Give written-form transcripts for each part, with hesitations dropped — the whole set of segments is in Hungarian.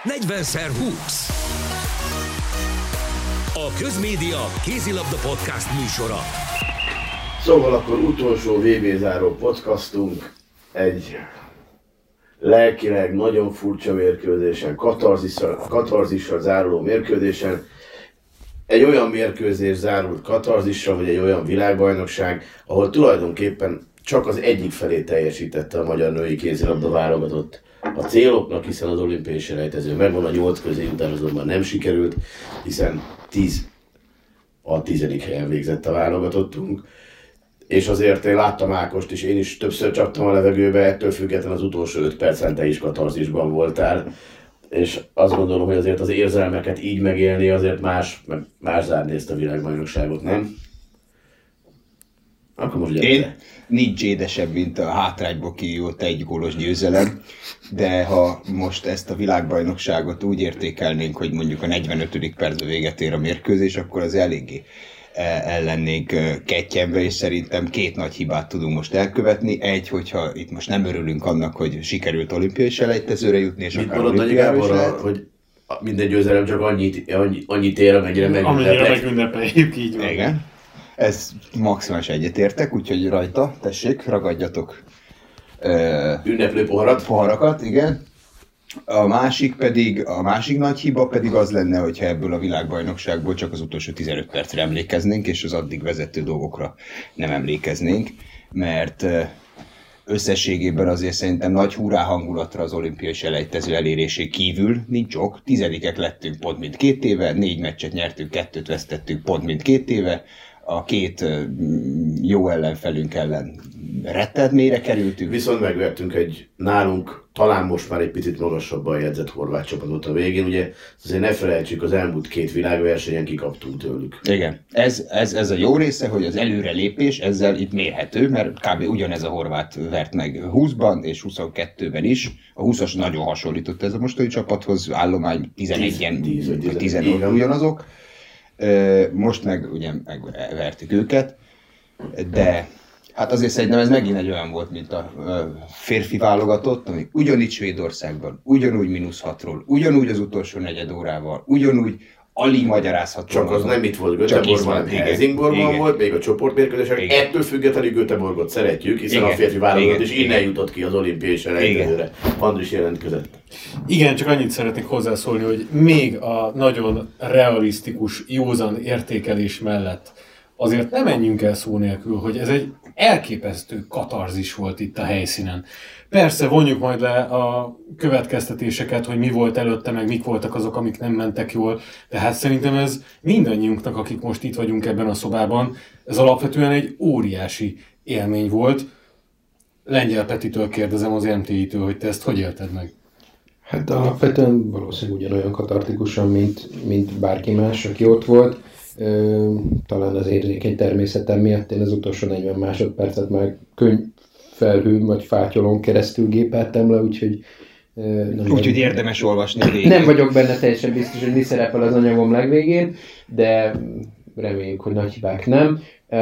40x20. A Közmédia kézilabda podcast műsora. Szóval akkor utolsó VB záró podcastunk egy lelkileg nagyon furcsa mérkőzésen, katarzissal záruló mérkőzésen. Egy olyan mérkőzés zárult katarzissal, vagy egy olyan világbajnokság, ahol tulajdonképpen csak az egyik felé teljesítette a magyar női kézilabda válogatott a céloknak, hiszen az olimpiai selejtező megvan, a 8 közé után azonban nem sikerült, hiszen 10 helyen végzett a válogatottunk. És azért én láttam Ákost is, én is többször csaptam a levegőbe, ettől függetlenül az utolsó 5 percen te is katarzisban voltál. És azt gondolom, hogy azért az érzelmeket így megélni azért más zárni ezt a világbajnokságot, nem? Akkor most gyere. Nincs édesebb, mint a hátrányból kijött egy gólos győzelem, de ha most ezt a világbajnokságot úgy értékelnénk, hogy mondjuk a 45. percben véget ér a mérkőzés, akkor az eléggé el lennénk kettyenve, és szerintem 2 nagy hibát tudunk most elkövetni. Egy, hogyha itt most nem örülünk annak, hogy sikerült olimpiai selejtezőre jutni, és akár olimpiára is lehet. Hogy minden győzelem csak annyit ér, amennyire megünnepeljük, így van. Igen. Ez maximális egyetértek, úgyhogy rajta, tessék, ragadjatok ünneplő poharakat, igen. A másik nagy hiba pedig az lenne, hogyha ebből a világbajnokságból csak az utolsó 15 percre emlékeznénk, és az addig vezető dolgokra nem emlékeznénk, mert összességében azért szerintem nagy hurrá hangulatra az olimpiai selejtező elérésé kívül nincs ok. 10-ek lettünk pont mint 2 éve, 4 meccset nyertünk, 2-t vesztettünk pont mint 2 éve, a 2 jó ellenfelünk ellen rettedmére kerültünk. Viszont megvertünk egy nálunk talán most már egy picit magasabban jegyzett horvát csapatot a végén. Ugye azért ne felejtsük, az elmúlt 2 világversenyen kikaptunk tőlük. Igen, ez a jó része, hogy az előrelépés ezzel itt mérhető, mert kb. Ugyanez a horvát vert meg 20-ban és 22-ben is. A 20-as nagyon hasonlított ez a mostani csapathoz, állomány 11-en, 15 ugyanazok. Most meg ugye megvertük őket, de hát azért szerintem ez megint egy olyan volt, mint a férfi válogatott, ami ugyanígy Svédországban, ugyanúgy -6-ról, ugyanúgy az utolsó negyed órával, ugyanúgy alig magyarázható. Csak az nem itt volt Göteborgban, hanem Helsingborgban volt, még a csoportmérkőzések. Ettől függetlenül Göteborgot szeretjük, hiszen a férfi válogatott is innen jutott ki az olimpiai selejtezőre. Andris jelentkezett. Igen, csak annyit szeretnék hozzászólni, hogy még a nagyon realisztikus, józan értékelés mellett azért nem menjünk el szó nélkül, hogy ez egy elképesztő katarzis volt itt a helyszínen. Persze vonjuk majd le a következtetéseket, hogy mi volt előtte, meg mik voltak azok, amik nem mentek jól, de hát szerintem ez mindannyiunknak, akik most itt vagyunk ebben a szobában, ez alapvetően egy óriási élmény volt. Lengyel Petitől kérdezem, az MTI-től, hogy te ezt hogy élted meg? Hát alapvetően valószínűleg ugyanolyan katartikusan, mint bárki más, aki ott volt. Talán az érzékeny természetem miatt én az utolsó 40 másodpercet már könyvfelhőn vagy fátyolón keresztül gépeltem le, úgyhogy... Úgyhogy érdemes olvasni végig. Nem vagyok benne teljesen biztos, hogy mi szerepel az anyagom legvégén, de reméljük, hogy nagy hibák nem.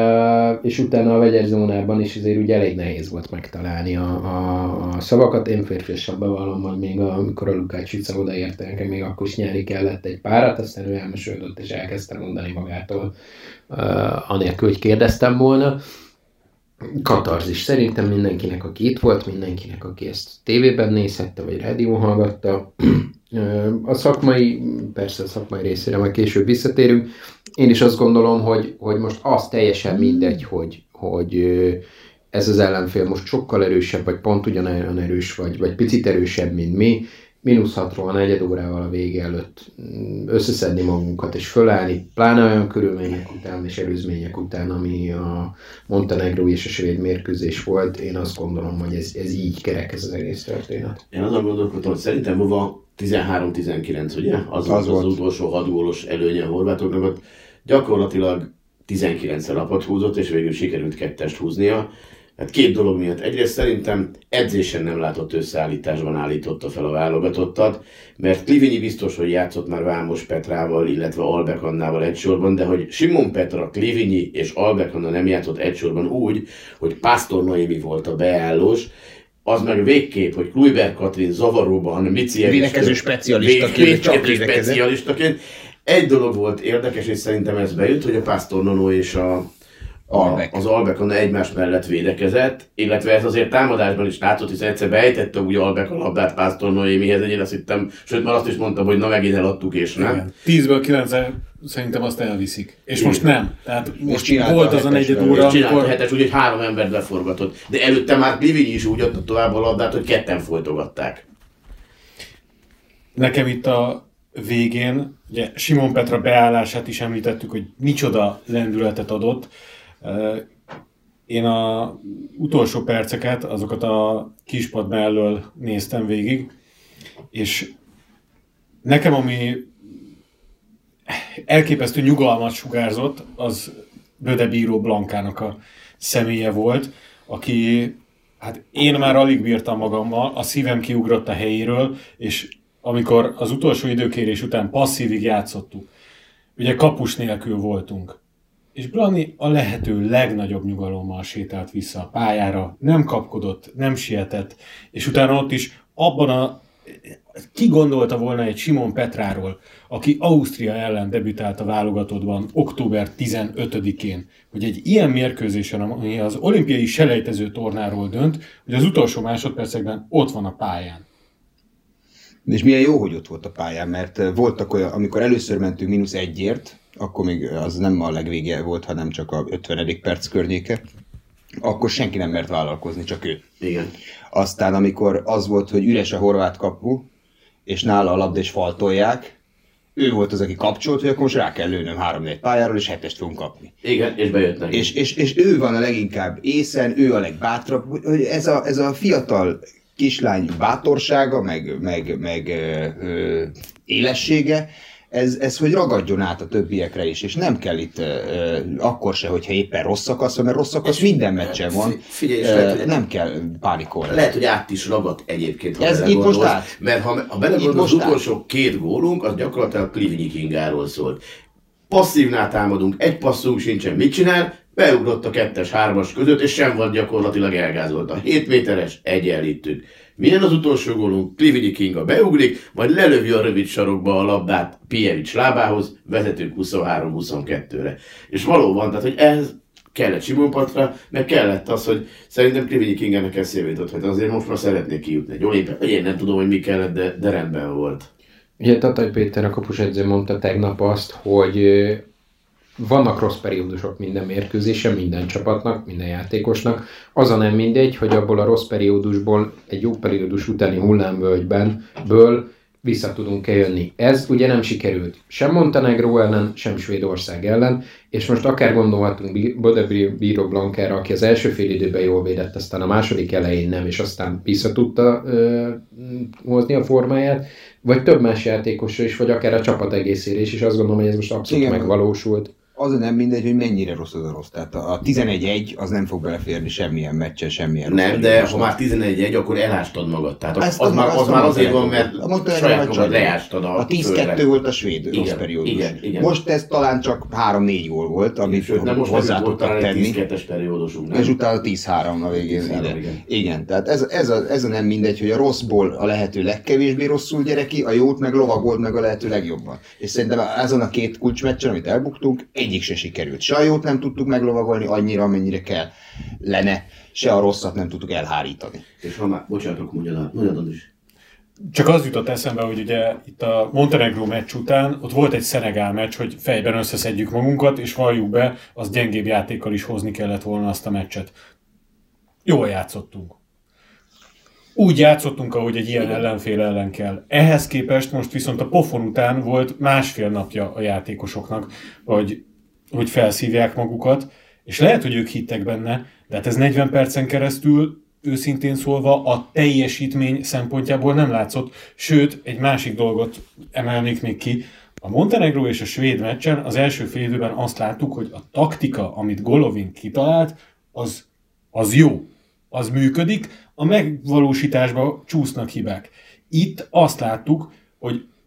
És utána a vegyes zónában is azért ugye elég nehéz volt megtalálni a szavakat. Én férfiasan bevallom, hogy még amikor a Lukács Vica odaérte, nekem még akkor is nyerni kellett egy párat, aztán ő elmesődött és elkezdte mondani magától, anélkül, hogy kérdeztem volna. Katarzis szerintem mindenkinek, aki itt volt, mindenkinek, aki ezt tévében nézhette, vagy rádión hallgatta. A szakmai részére majd később visszatérünk. Én is azt gondolom, hogy most az teljesen mindegy, hogy ez az ellenfél most sokkal erősebb, vagy pont ugyanolyan erős, vagy picit erősebb, mint mi. -6-ról a negyed órával a vége előtt összeszedni magunkat és fölállni, pláne olyan körülmények után és előzmények után, ami a montenegrói és a svéd mérkőzés volt. Én azt gondolom, hogy ez így kerek ez az egész történet. Én azon gondolkodtam, hogy szerintem Vova 13-19, ugye? Az volt az utolsó 6 gólos előnye a horvátoknak, gyakorlatilag 19-szer lapot húzott, és végül sikerült 2-est húznia. Hát 2 dolog miatt. Egyrészt szerintem edzésen nem látott összeállításban állította fel a válogatottat, mert Clivigny biztos, hogy játszott már Vámos Petrával, illetve Albek Annával egy sorban, de hogy Simon Petra, Clivigny és Albek Anna nem játszott egy sorban úgy, hogy Pásztor Noémi volt a beállós, az meg végképp, hogy Kluivert Katrin zavaróban, Mici védekező specialistaként. Egy dolog volt érdekes, és szerintem ez bejött, hogy a Pastor Nono és az Albek egymás mellett védekezett, illetve ez azért támadásban is látszott, hiszen egyszer beejtette úgy Albek a labdát Pastor Noémihez, én azt hittem, sőt már azt is mondtam, hogy na megint eladtuk és nem. 10-ből 9 szerintem azt elviszik. És most nem. Tehát most volt az a negyed óra, csinálta a hetes, úgyhogy 3 embert beforgatott. De előtte már Livigny is úgy adta tovább a labdát, hogy ketten folytogatták. Nekem itt a végén, ugye Simon Petra beállását is említettük, hogy micsoda lendületet adott. Én az utolsó perceket, azokat a kispad mellől néztem végig, és nekem ami elképesztő nyugalmat sugárzott, az Böde Bíró Blankának a személye volt, aki, hát én már alig bírtam magammal, a szívem kiugrott a helyéről, és amikor az utolsó időkérés után passzívig játszottuk, ugye kapus nélkül voltunk, és Blani a lehető legnagyobb nyugalommal sétált vissza a pályára, nem kapkodott, nem sietett, és utána ott is ki gondolta volna egy Simon Petráról, aki Ausztria ellen debütált a válogatottban október 15-én, hogy egy ilyen mérkőzésen, ami az olimpiai selejtező tornáról dönt, hogy az utolsó másodpercekben ott van a pályán. És milyen jó, hogy ott volt a pályán, mert voltak olyan, amikor először mentünk -1-ért, akkor még az nem a legvége volt, hanem csak a 50. perc környéke, akkor senki nem mert vállalkozni, csak ő. Igen. Aztán amikor az volt, hogy üres a horvát kapu, és nála a labda és faltolják, ő volt az, aki kapcsolt, hogy akkor most rá kell lőnöm 3-4 pályáról, és 7-est fogunk kapni. Igen, és bejött neki. És ő van a leginkább észen, ő a legbátrabb, hogy ez a fiatal kislány bátorsága, meg élessége, ez hogy ragadjon át a többiekre is, és nem kell itt akkor se, hogyha éppen rossz szakasz, mert rossz szakasz minden meccsen van, nem kell pánikolni. Lehet, hogy át is ragadt egyébként, ha ez itt most át. Mert ha belegondolsz, az utolsó 2 gólunk, az gyakorlatilag Livigny Kingáról szólt. Passzívnál támadunk, egy passzunk sincsen, mit csinál? Beugrott a 2-es, 3-as között, és sem volt gyakorlatilag elgázolt. A 7 méteres, egyenlítők. Milyen az utolsó gólunk? Livigny Kinga beugrik, majd lelövi a rövid sarokba a labdát Pijevics lábához, vezetünk 23-22-re. És valóban, tehát hogy ez kellett Simon Patra, meg kellett az, hogy szerintem Livigny Kingának eszébe jutott, hogy azért most már szeretnék kijutni egy olimpiára. Én nem tudom, hogy mi kellett, de rendben volt. Ugye Tatai Péter, a kapusedző mondta tegnap azt, hogy vannak rossz periódusok minden mérkőzésen, minden csapatnak, minden játékosnak. Az a nem mindegy, hogy abból a rossz periódusból, egy jó periódus utáni hullámvölgyből vissza tudunk jönni. Ez ugye nem sikerült sem Montenegró ellen, sem Svédország ellen, és most akár gondolhatunk Böde Bíró Blankára, aki az első fél időben jól védett, aztán a második elején nem, és aztán vissza tudta hozni a formáját, vagy több más játékosra is, vagy akár a csapat egészére is, és azt gondolom, hogy ez most abszolút megvalósult. Az nem mindegy, hogy mennyire rossz az a rossz. Tehát a 11-1 az nem fog beleférni semmilyen meccsen, semmilyen rossz. Nem, de ha már 11-1, akkor elástad magad. Tehát az már azért van, mert saját magad leástad a 10-2 volt a svéd rossz periódus. Igen. Most ez talán csak 3-4 gól volt, amit hozzá tudtak tenni. 10-2-es periódusunk. És utána 10-3 a végén. Igen, tehát ez a nem mindegy, hogy a rosszból a lehető legkevésbé rosszul gyere ki, a jót meg lovagold meg a lehető legjobban. És szerintem azon a 2 kulcsmeccsen, amit elbuktunk, egyik se sikerült. Se a jót nem tudtuk meglovagolni annyira, amennyire kellene, se a rosszat nem tudtuk elhárítani. És ha már, bocsánatok, mondjad is. Csak az jutott eszembe, hogy ugye itt a Montenegró meccs után ott volt egy Szenegál meccs, hogy fejben összeszedjük magunkat, és valljuk be, az gyengébb játékkal is hozni kellett volna azt a meccset. Jól játszottunk. Úgy játszottunk, ahogy egy ilyen ellenfél ellen kell. Ehhez képest most viszont a pofon után volt másfél napja a játékosoknak, hogy felszívják magukat, és lehet, hogy ők hittek benne, de hát ez 40 percen keresztül, őszintén szólva, a teljesítmény szempontjából nem látszott. Sőt, egy másik dolgot emelnék még ki. A Montenegró és a svéd meccsen az első fél időben azt láttuk, hogy a taktika, amit Golovin kitalált, az jó. Az működik, a megvalósításban csúsznak hibák. Itt azt láttuk, hogy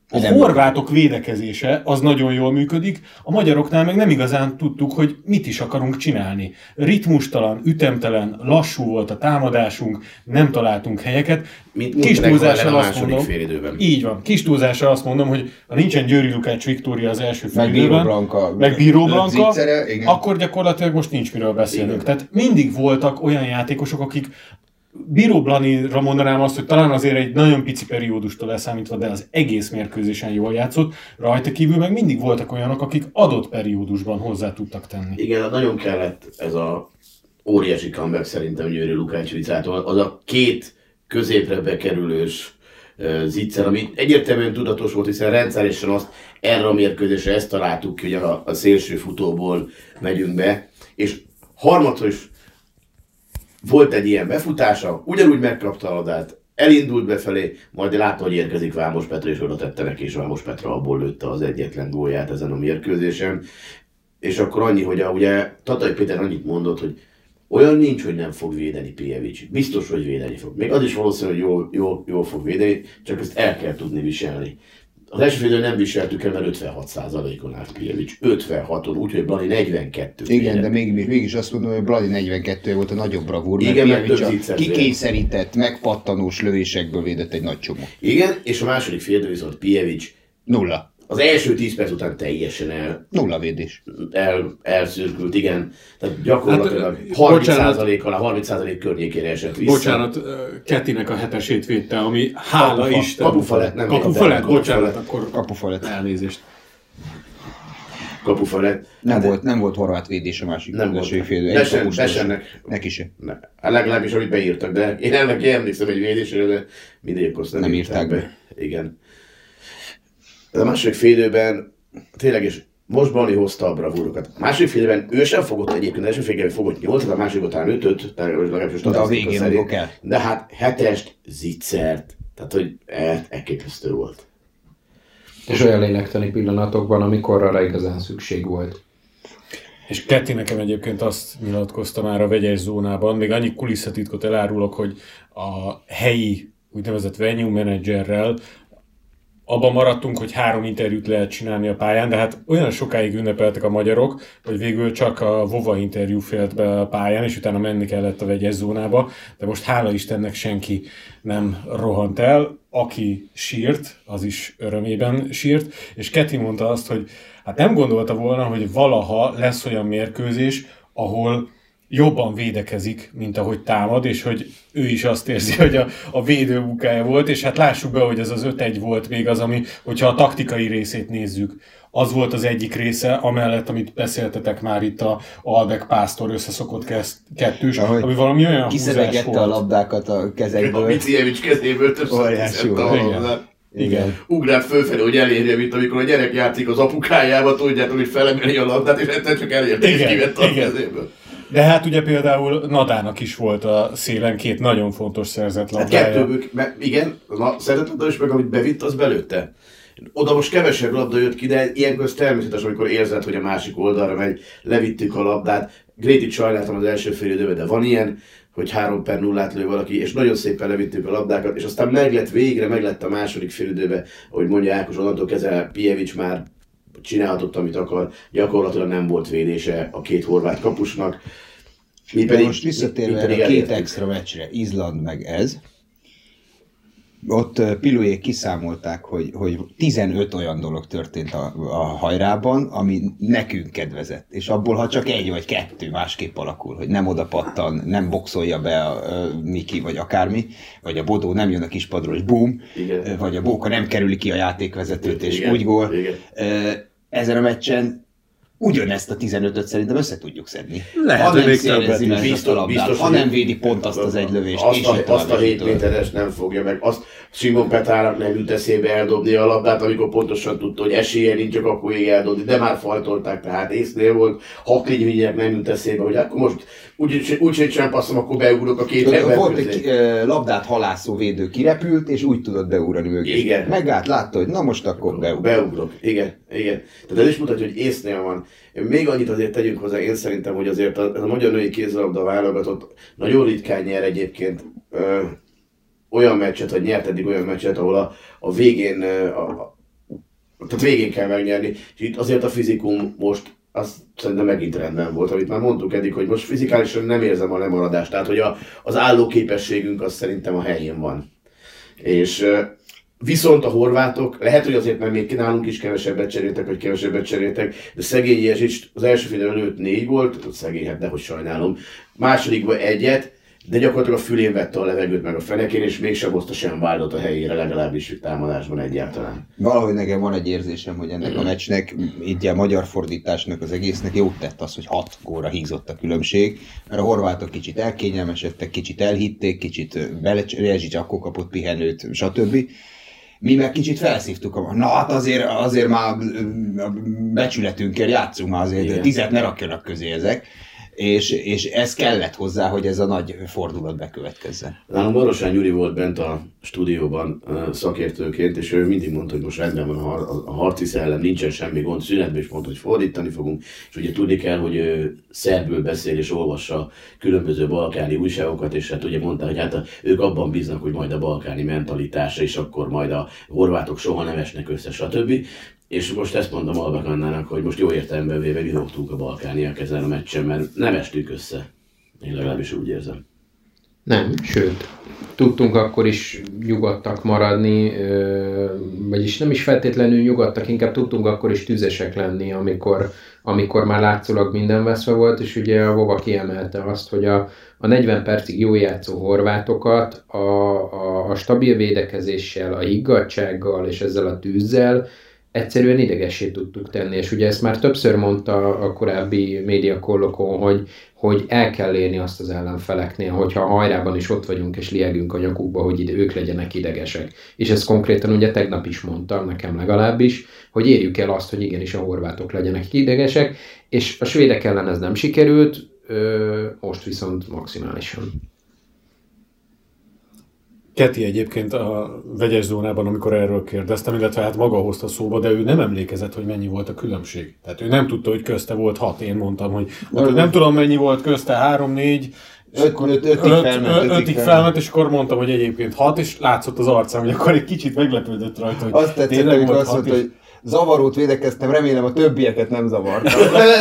A horvátok védekezése az nagyon jól működik, a magyaroknál meg nem igazán tudtuk, hogy mit is akarunk csinálni. Ritmustalan, ütemtelen, lassú volt a támadásunk, nem találtunk helyeket. Kis túlzással azt mondom, így van, kis túlzással azt mondom, hogy ha nincsen Győri Lukács Viktória az első fél időben, meg Bíró Blanka, akkor gyakorlatilag most nincs miről beszélnünk. Tehát mindig voltak olyan játékosok, akik Bíró Blanira mondanám azt, hogy talán azért egy nagyon pici periódustól leszámítva, de az egész mérkőzésen jól játszott, rajta kívül meg mindig voltak olyanok, akik adott periódusban hozzá tudtak tenni. Igen, nagyon kellett ez a óriási comeback szerintem Győri Lukács Vicától. Az a két középre bekerülős zicser, ami egyértelműen tudatos volt, hiszen rendszeresen azt erre a mérkőzésre ezt találtuk ki, hogy a szélső futóból megyünk be, és harmadszor is volt egy ilyen befutása, ugyanúgy megkapta a labdát, elindult befelé, majd látta, hogy érkezik Vámos Petra, és oda tette neki, és Vámos Petra abból lőtte az egyetlen gólját ezen a mérkőzésen. És akkor annyi, hogy ugye Tatai Péter annyit mondott, hogy olyan nincs, hogy nem fog védeni Pijevics. Biztos, hogy védeni fog. Még az is valószínű, hogy jól fog védeni, csak ezt el kell tudni viselni. Az első félidőn nem viseltük el, mert 56%-on állt Pijevics. 56-on, úgyhogy Blani 42. Igen, de mégis azt mondom, hogy Blani 42 volt a nagyobb bravúr, mert Pijevics kikényszerített, megpattanós lövésekből védett egy nagy csomó. Igen, és a második félidő viszont Pijevics 0. Az első 10 perc után teljesen nulla védés. Elszürkült, igen. Tehát gyakorlatilag 30%-kal, a 30% környékére esett vissza. Bocsánat, Ketinek a hetesét védte, ami hála Isten. Kapufa lett, nem Kapufa bocsánat, akkor Kapufa lett. Elnézést. Kapufa lett. Nem volt horvát védés a másik. Nem volt. Besennek. Neki se. Legalábbis amit beírtak, de én ennek emlékszem egy védésre, de mindegy, azt nem írták be. Igen. De a második félidőben tényleg is most Blani hozta a bravúrokat. A második félidőben ő sem fogott egyébként, az első félidőben fogott 8-at, a második után 5-öt, legalábbis de a végén szerint. De hát 7-est, zicsert, tehát hogy elképesztő volt. És olyan lélektani pillanatokban, amikor arra igazán szükség volt. És Keti nekem egyébként azt nyilatkozta már a vegyes zónában, még annyi kulisszatitkot elárulok, hogy a helyi úgynevezett venue managerrel abban maradtunk, hogy 3 interjút lehet csinálni a pályán, de hát olyan sokáig ünnepeltek a magyarok, hogy végül csak a Vova interjú félt be a pályán, és utána menni kellett a vegyes zónába, de most hála Istennek senki nem rohant el. Aki sírt, az is örömében sírt, és Keti mondta azt, hogy hát nem gondolta volna, hogy valaha lesz olyan mérkőzés, ahol jobban védekezik, mint ahogy támad, és hogy ő is azt érzi, hogy a védő munkája volt, és hát lássuk be, hogy ez az 5-1 volt még az, ami, hogyha a taktikai részét nézzük, az volt az egyik része, amellett, amit beszéltetek már itt a Albek Pásztor összeszokott kettős, ami valami olyan húzás volt. Kiszedegette a labdákat a kezekből. A Micijevics kezéből többször kiszedte a labdát. Igen. Ugrált fölfelé, hogy elérje, mint amikor a gyerek játszik az apukájába, tudjátok, hogy felemeli a labdát, és egyszer csak elérte, és kivette a kezéből. De hát ugye például Nadának is volt a szélen 2 nagyon fontos szerzett labdája. Hát kettőből, igen, a szerzett labda is meg, amit bevitt, az belőtte. Oda most kevesebb labda jött ki, de ilyenkor ez természetes, amikor érzed, hogy a másik oldalra megy, levittük a labdát. Grétit sajnáltam az első fél időben, de van ilyen, hogy 3-0 lő valaki, és nagyon szépen levittük a labdákat, és aztán végre meglett a második fél időben, ahogy mondja Ákos, onnantól kezdve Pijevics már csinálhatott, amit akar, gyakorlatilag nem volt védése a 2 horvát kapusnak. Mi pedig, most visszatérve a 2 extra meccsre, Izland meg ez, ott Pilóék kiszámolták, hogy 15 olyan dolog történt a hajrában, ami nekünk kedvezett. És abból, ha csak 1 vagy 2 másképp alakul, hogy nem oda pattan, nem boxolja be a Miki, vagy akármi, vagy a Bodó nem jön a kispadról, és boom, igen. Vagy a Bóka nem kerüli ki a játékvezetőt, és igen. Úgy gól. Ezen a meccsen ugyanezt a 15-öt szerintem össze tudjuk szedni. Lehet, ha nem szénezi meg ezt a labdát, ha nem védi pont azt az egy lövést. Azt a 7 méteres nem fogja meg. Azt Simon Petrának nem jut eszébe eldobni a labdát, amikor pontosan tudta, hogy esélye nincs csak akkor eldobni, de már fajtolták, tehát észnél volt. Hakligyvigyek nem jut eszébe, hogy akkor most úgyhogy sem passzom, akkor beugrok a 2 ember. Volt egy labdát halászó védő kirepült, és úgy tudott beugrani mögé. Igen. Megállt, látta, hogy na most akkor beugrok. Igen. Tehát ez is mutatja, hogy észnél van. Még annyit azért tegyünk hozzá, én szerintem, hogy azért a magyar női kézilabda válogatott nagyon ritkán nyer egyébként olyan meccset, vagy nyert eddig olyan meccset, ahol a végén tehát végén kell megnyerni. És itt azért a fizikum most azt szerintem megint rendben volt, amit már mondtuk eddig, hogy most fizikálisan nem érzem a lemaradást, tehát hogy az állóképességünk az szerintem a helyén van. És viszont a horvátok, lehet, hogy azért, mert még nálunk is kevesebbet cseréltek, de szegény Jezsics az első fél előtt 4 volt, szegény, hát nehogy sajnálom, másodikban 1, de gyakorlatilag a fülén vette a levegőt meg a fenekén, és mégsem hozta sem Wildot a helyére, legalábbis támadásban egyáltalán. Valahogy nekem van egy érzésem, hogy ennek a meccsnek, így a magyar fordításnak, az egésznek jót tett az, hogy 6 gólra hízott a különbség, mert a horvátok kicsit elkényelmesedtek, kicsit elhitték, kicsit Jezsics akkor kapott pihenőt, stb. Mi meg kicsit felszívtuk, na hát azért már becsületünkkel játszunk, már azért 10 ne rakjanak közé ezek. És ez kellett hozzá, hogy ez a nagy fordulat bekövetkezzen. Nálunk Marosán Gyuri volt bent a stúdióban szakértőként, és ő mindig mondta, hogy most rendben van a harci szellem, nincsen semmi gond, szünetben is mondta, hogy fordítani fogunk, és ugye tudni kell, hogy ő szerbül beszél és olvassa különböző balkáni újságokat, és hát ugye mondta, hogy hát ők abban bíznak, hogy majd a balkáni mentalitásra, és akkor majd a horvátok soha nem esnek össze, stb. És most ezt mondom Albek Annának, hogy most jó értelemben véve vihogtunk a balkániak ezen a meccsen, mert nem estünk össze. Én legalábbis úgy érzem. Nem, sőt, tudtunk akkor is nyugodtak maradni, vagyis nem is feltétlenül nyugodtak, inkább tudtunk akkor is tüzesek lenni, amikor már látszólag minden veszve volt, és ugye a Vova kiemelte azt, hogy a 40 percig jól játszó horvátokat a stabil védekezéssel, a higgadtsággal és ezzel a tűzzel egyszerűen idegessé tudtuk tenni, és ugye ezt már többször mondta a korábbi médiakollokon, hogy el kell érni azt az ellenfeleknél, hogyha hajrában is ott vagyunk és liegünk a nyakukba, hogy ők legyenek idegesek. És ezt konkrétan ugye tegnap is mondta, nekem legalábbis, hogy érjük el azt, hogy igenis a horvátok legyenek idegesek, és a svédek ellen ez nem sikerült, most viszont maximálisan. Keti egyébként a vegyes zónában, amikor erről kérdeztem, illetve hát maga hozta szóba, de ő nem emlékezett, hogy mennyi volt a különbség. Tehát ő nem tudta, hogy közte volt 6. Én mondtam, hogy nem tudom mennyi volt közte, 3-4, 5-ig felment, és akkor mondtam, hogy egyébként 6, és látszott az arcán, hogy akkor egy kicsit meglepődött rajta, hogy azt tetszett, amikor azt mondta, hogy zavarót védekeztem, remélem a többieket nem zavartam.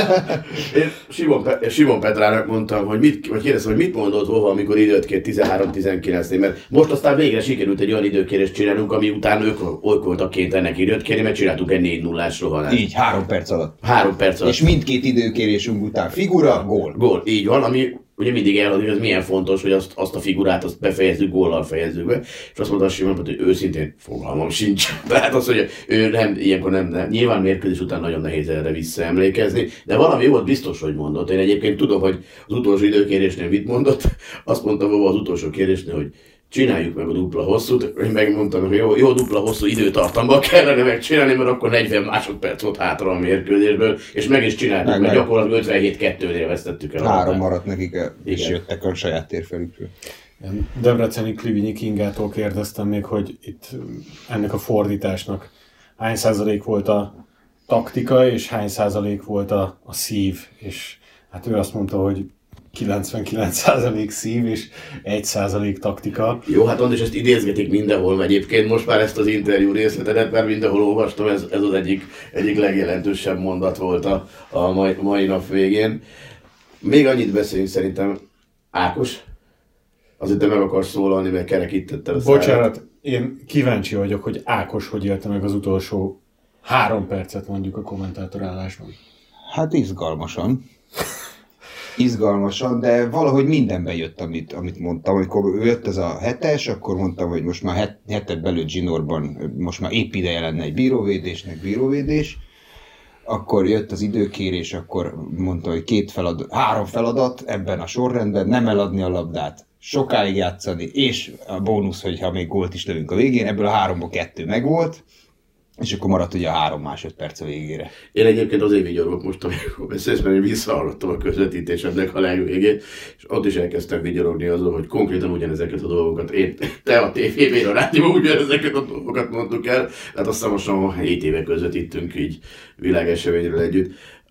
Én Simon Petrának mondtam, vagy kérdeztem, hogy mit mondott Vova, amikor időt kért 13-19-nél, mert most aztán végre sikerült egy olyan időkérést csinálnunk, ami után ők voltak kénytelenek időt kérni, mert csináltuk egy 4-0-ás rohanást. Így, 3 perc alatt. 3 perc alatt. És mindkét időkérésünk után figura, gól. Gól, így van, ami ugye mindig elad, hogy ez milyen fontos, hogy azt a figurát azt befejezzük, góllal fejezzük be, és azt mondta a Simon, hogy őszintén fogalmam sincs. Tehát az, hogy ő ilyenkor nem. Nyilván mérkőzés után nagyon nehéz erre visszaemlékezni, de valami jó volt biztos, hogy mondott. Én egyébként tudom, hogy az utolsó időkérésnél mit mondott. Azt mondta Vova az utolsó kérésnél, hogy csináljuk meg a dupla hosszút. Én megmondtam, hogy jó dupla hosszú időtartamban kellene megcsinálni, mert akkor 40 másodperc volt hátra a mérkőzésből, és meg is csináltuk, mert gyakorlatilag 57-2-nél vesztettük el. 3 maradt nekik, és jöttek a saját térfelükről. Debreceni Klivinyi Kingától kérdeztem még, hogy itt ennek a fordításnak hány százalék volt a taktika, és hány százalék volt a szív, és hát ő azt mondta, hogy 99% szív és 1% taktika. Jó, hát András, ezt idézgetik mindenhol egyébként, most már ezt az interjú részletedet, mert mindenhol olvastam, ez az egyik legjelentősebb mondat volt a mai nap végén. Még annyit beszéljünk szerintem, Ákos, azért te meg akarsz szólalni, mert kerekítetted a szárat. Bocsánat, én kíváncsi vagyok, hogy Ákos hogy élte meg az utolsó 3 percet mondjuk a kommentátorállásban. Hát izgalmasan, de valahogy mindenben jött, amit mondtam. Amikor jött ez a 7-es, akkor mondtam, hogy most már 7-et belőtt zsinórban, most már épp ideje lenne egy bíróvédés. Akkor jött az időkérés, akkor mondta, hogy 3 feladat ebben a sorrendben, nem eladni a labdát, sokáig játszani, és a bónusz, hogyha még gólt is lövünk a végén, ebből a 3-ból 2 megvolt, és akkor maradt ugye a 3 másodperc a végére. Én egyébként azért vigyorgok most, amikor beszélsz, mert én visszahallottam a közvetítésednek a legvégét, és ott is elkezdtem vigyorogni azon, hogy konkrétan ugyanezeket a dolgokat te a tévében, a rádióban ugyanezeket a dolgokat mondtuk el, tehát azt hiszem most 7 éve közvetítünk így világeseményről együtt.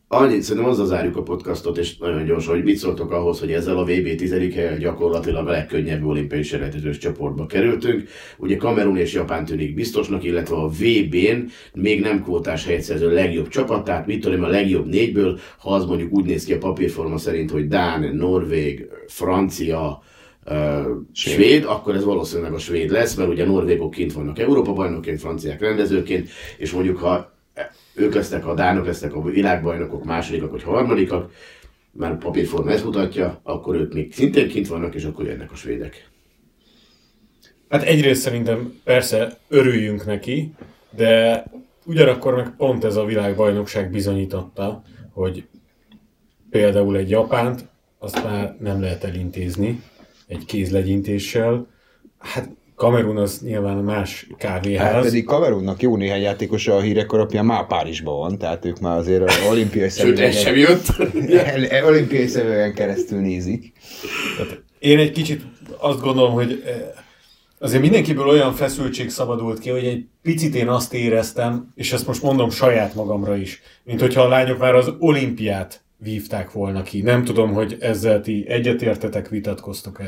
Annyit, szerintem azzal zárjuk a podcastot, és nagyon gyorsan, hogy mit szóltok ahhoz, hogy ezzel a VB 10. helyen gyakorlatilag a legkönnyebb olimpiai selejtezős csoportba kerültünk. Ugye Kamerun és Japán tűnik biztosnak, illetve a VB-n még nem kvótás helyet szerző legjobb csapat, tehát mit tudom, a legjobb 4-ből, ha az mondjuk úgy néz ki a papírforma szerint, hogy dán, norvég, francia, svéd, akkor ez valószínűleg a svéd lesz, mert ugye a norvégok kint vannak Európa-bajnokként, franciák rendezőként, és mondjuk ha ők lesznek, a dánok lesznek a világbajnokok, másodikak vagy harmadikak, már a papírforma ezt mutatja, akkor ők még szintén kint vannak, és akkor jönnek a svédek. Hát egyrészt szerintem persze örüljünk neki, de ugyanakkor meg pont ez a világbajnokság bizonyította, hogy például egy Japánt azt már nem lehet elintézni egy kézlegyintéssel. Hát Kamerun az nyilván más kávéház. Hát pedig Kamerunnak jó néhány játékosa a hírek alapján már Párizsban van, tehát ők már azért az olimpiai olimpiai szemüvegen keresztül nézik. Tehát én egy kicsit azt gondolom, hogy azért mindenkiből olyan feszültség szabadult ki, hogy egy picit én azt éreztem, és ezt most mondom saját magamra is, mint hogyha a lányok már az olimpiát vívták volna ki. Nem tudom, hogy ezzel ti egyetértetek, vitatkoztok-e?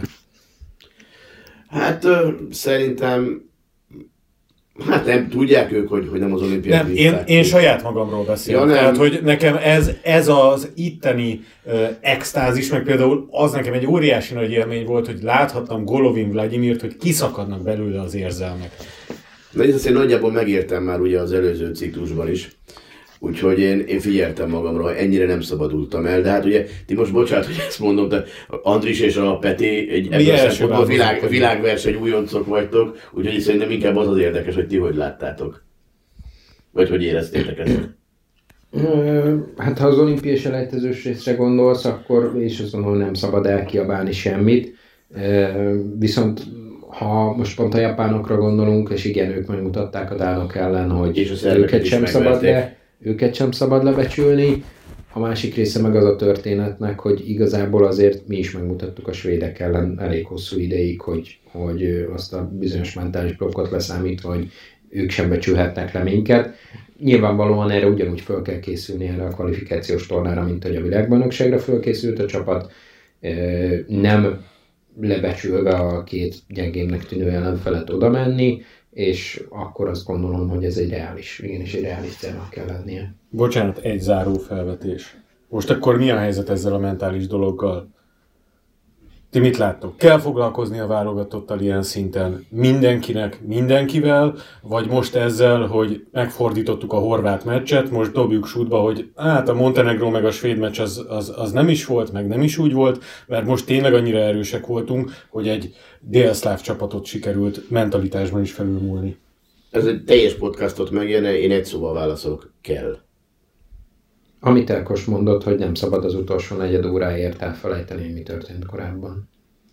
Hát szerintem, hát nem tudják ők, hogy nem az olimpiát nem, én saját magamról beszélek. Ja, tehát, hogy nekem ez az itteni extázis, meg például az nekem egy óriási nagy élmény volt, hogy láthattam Golovin Vladimirt, hogy kiszakadnak belőle az érzelmek. Na ezt én nagyjából megértem már ugye az előző ciklusban is. Úgyhogy én figyeltem magamra, hogy ennyire nem szabadultam el, de hát ugye, ti most bocsánat, hogy ezt mondom, de Andris és a Peti ebből világverseny újoncok vagytok, úgyhogy szerintem inkább az az érdekes, hogy ti hogy láttátok. Vagy hogy éreztétek ezt. Hát ha az olimpiai selejtezős részre gondolsz, akkor és azt mondom, hogy nem szabad elkiabálni semmit. Viszont ha most pont a japánokra gondolunk, és igen, ők megmutatták a dánok ellen, hogy őket sem szabad lebecsülni. A másik része meg az a történetnek, hogy igazából azért mi is megmutattuk a svédek ellen elég hosszú ideig, hogy azt a bizonyos mentális blokkot leszámítva, hogy ők sem becsülhetnek le minket. Nyilvánvalóan erre ugyanúgy föl kell készülni erre a kvalifikációs tornára, mint hogy a világbajnokságra fölkészült a csapat. Nem lebecsülve a két gyengénnek tűnő ellenfelet oda menni, és akkor azt gondolom, hogy ez egy reális célnak kell lennie. Bocsánat, egy záró felvetés. Most akkor mi a helyzet ezzel a mentális dologgal? Ti mit láttok? Kell foglalkozni a válogatottal ilyen szinten mindenkinek, mindenkivel, vagy most ezzel, hogy megfordítottuk a horvát meccset, most dobjuk sútba, hogy hát a Montenegró meg a svéd meccs az nem is volt, meg nem is úgy volt, mert most tényleg annyira erősek voltunk, hogy egy délszláv csapatot sikerült mentalitásban is felülmúlni. Ez egy teljes podcastot megérne, én egy szóval válaszolok, kell. Amit Elkos mondott, hogy nem szabad az utolsó negyed óráért elfelejteni, hogy mi történt korábban.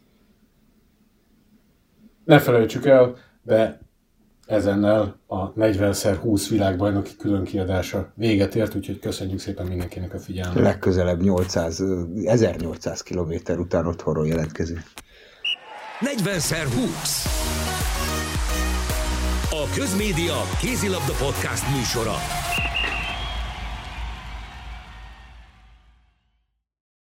Ne felejtsük el, de ezennel a 40x20 világbajnoki különkiadása véget ért, úgyhogy köszönjük szépen mindenkinek a figyelmet. Legközelebb 1800 kilométer után otthonról jelentkezünk. 40x20 a Közmédia kézilabda podcast műsora.